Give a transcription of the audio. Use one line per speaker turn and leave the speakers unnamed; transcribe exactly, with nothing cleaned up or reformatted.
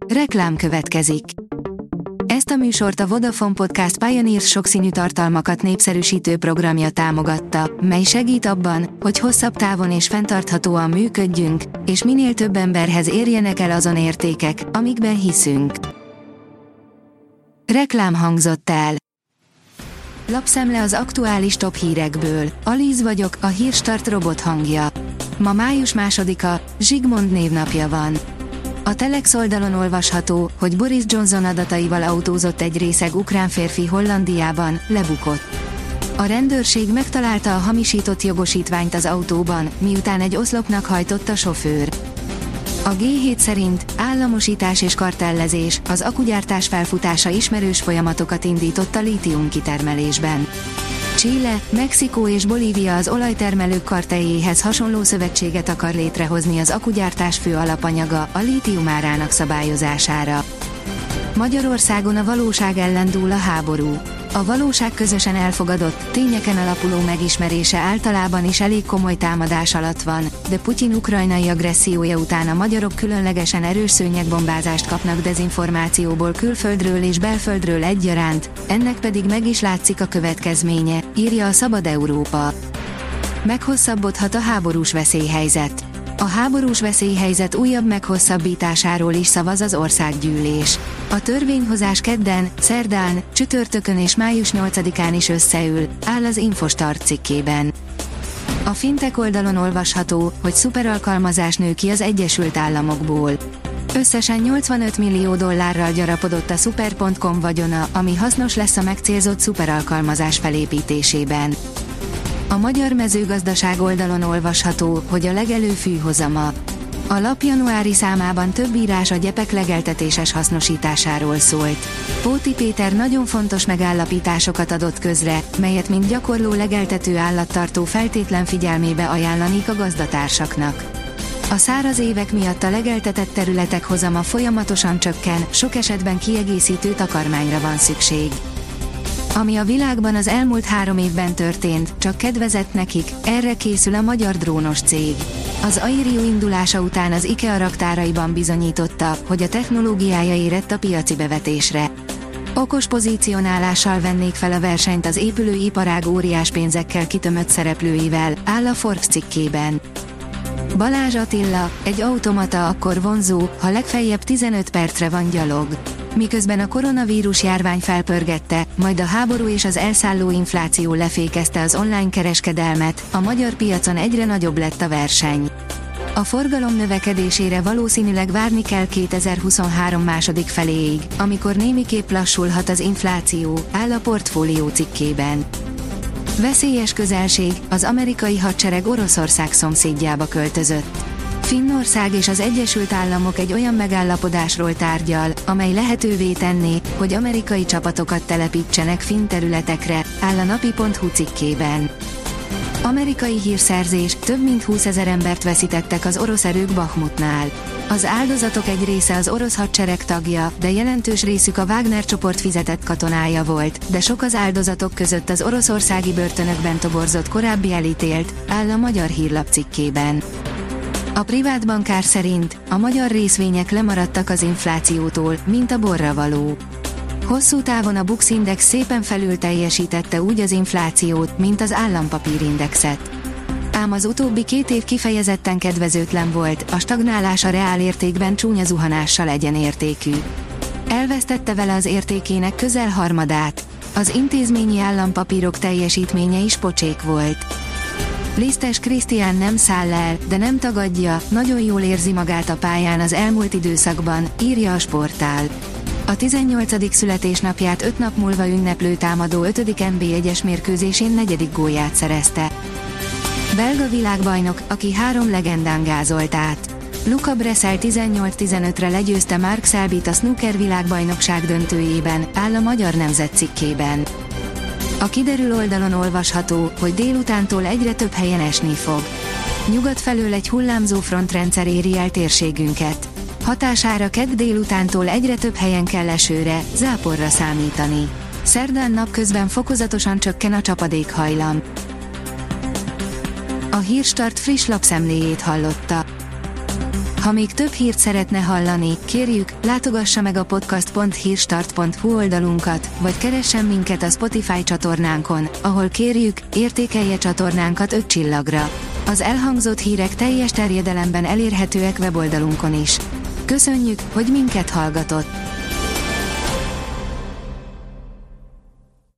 Reklám következik. Ezt a műsort a Vodafone Podcast Pioneers sokszínű tartalmakat népszerűsítő programja támogatta, mely segít abban, hogy hosszabb távon és fenntarthatóan működjünk, és minél több emberhez érjenek el azon értékek, amikben hiszünk. Reklám hangzott el. Lapszemle az aktuális top hírekből. Alíz vagyok, a Hírstart robot hangja. Ma május másodika, Zsigmond névnapja van. A Telex oldalon olvasható, hogy Boris Johnson adataival autózott egy részeg ukrán férfi Hollandiában, lebukott. A rendőrség megtalálta a hamisított jogosítványt az autóban, miután egy oszlopnak hajtott a sofőr. A G hét szerint államosítás és kartellezés, az akugyártás felfutása ismerős folyamatokat indított a lítium kitermelésben. Chile, Mexikó és Bolívia az olajtermelők kartelljéhez hasonló szövetséget akar létrehozni az akugyártás fő alapanyaga, a lítium árának szabályozására. Magyarországon a valóság ellen dúl a háború. A valóság közösen elfogadott, tényeken alapuló megismerése általában is elég komoly támadás alatt van, de Putyin ukrajnai agressziója után a magyarok különlegesen erős szőnyegbombázást kapnak dezinformációból külföldről és belföldről egyaránt, ennek pedig meg is látszik a következménye, írja a Szabad Európa. Meghosszabbodhat a háborús veszélyhelyzet. A háborús veszélyhelyzet újabb meghosszabbításáról is szavaz az országgyűlés. A törvényhozás kedden, szerdán, csütörtökön és május nyolcadikán is összeül, áll az Infostart cikkében. A Fintech oldalon olvasható, hogy szuperalkalmazás nő ki az Egyesült Államokból. Összesen nyolcvanöt millió dollárral gyarapodott a szuper pont com vagyona, ami hasznos lesz a megcélzott szuperalkalmazás felépítésében. A Magyar Mezőgazdaság oldalon olvasható, hogy a legelő fűhozama. A lap januári számában több írás a gyepek legeltetéses hasznosításáról szólt. Póti Péter nagyon fontos megállapításokat adott közre, melyet mint gyakorló legeltető állattartó feltétlen figyelmébe ajánlanék a gazdatársaknak. A száraz évek miatt a legeltetett területek hozama folyamatosan csökken, sok esetben kiegészítő takarmányra van szükség. Ami a világban az elmúlt három évben történt, csak kedvezett nekik, erre készül a magyar drónos cég. Az Airio indulása után az IKEA raktáraiban bizonyította, hogy a technológiája érett a piaci bevetésre. Okos pozícionálással vennék fel a versenyt az épülőiparág óriás pénzekkel kitömött szereplőivel, áll a Forbes cikkében. Balázs Attila, egy automata akkor vonzó, ha legfeljebb tizenöt percre van gyalog. Miközben a koronavírus járvány felpörgette, majd a háború és az elszálló infláció lefékezte az online kereskedelmet, a magyar piacon egyre nagyobb lett a verseny. A forgalom növekedésére valószínűleg várni kell kétezer-huszonhárom második feléig, amikor némiképp lassulhat az infláció, áll a Portfólió cikkében. Veszélyes közelség, az amerikai hadsereg Oroszország szomszédjába költözött. Finnország és az Egyesült Államok egy olyan megállapodásról tárgyal, amely lehetővé tenné, hogy amerikai csapatokat telepítsenek finn területekre, áll a napi pont hu cikkében. Amerikai hírszerzés, több mint húszezer embert veszítettek az orosz erők Bahmutnál. Az áldozatok egy része az orosz hadsereg tagja, de jelentős részük a Wagner csoport fizetett katonája volt, de sok az áldozatok között az oroszországi börtönökben toborzott korábbi elítélt, áll a Magyar Hírlap cikkében. A privát bankár szerint a magyar részvények lemaradtak az inflációtól, mint a borravaló. Hosszú távon a Bux Index szépen felül teljesítette úgy az inflációt, mint az állampapírindexet. Ám az utóbbi két év kifejezetten kedvezőtlen volt, a stagnálás a reálértékben csúnya zuhanással egyenértékű. Elvesztette vele az értékének közel harmadát. Az intézményi állampapírok teljesítménye is pocsék volt. Lisztes Krisztián nem száll el, de nem tagadja, nagyon jól érzi magát a pályán az elmúlt időszakban, írja a Sportál. A tizennyolcadik születésnapját öt nap múlva ünneplő támadó ötödik en bé egyes mérkőzésén negyedik gólját szerezte. Belga világbajnok, aki három legendán gázolt át. Luca Brecel tizennyolc tizenötre legyőzte Mark Selbyt a snooker világbajnokság döntőjében, áll a Magyar Nemzet cikkében. A kiderül oldalon olvasható, hogy délutántól egyre több helyen esni fog. Nyugat felől egy hullámzó frontrendszer éri el térségünket. Hatására kedd délutántól egyre több helyen kell esőre, záporra számítani. Szerdán napközben fokozatosan csökken a csapadékhajlam. A Hírstart friss lapszemléjét hallotta. Ha még több hírt szeretne hallani, kérjük, látogassa meg a podcast pont hírstart pont hu oldalunkat, vagy keressen minket a Spotify csatornánkon, ahol kérjük, értékelje csatornánkat öt csillagra. Az elhangzott hírek teljes terjedelemben elérhetőek weboldalunkon is. Köszönjük, hogy minket hallgatott!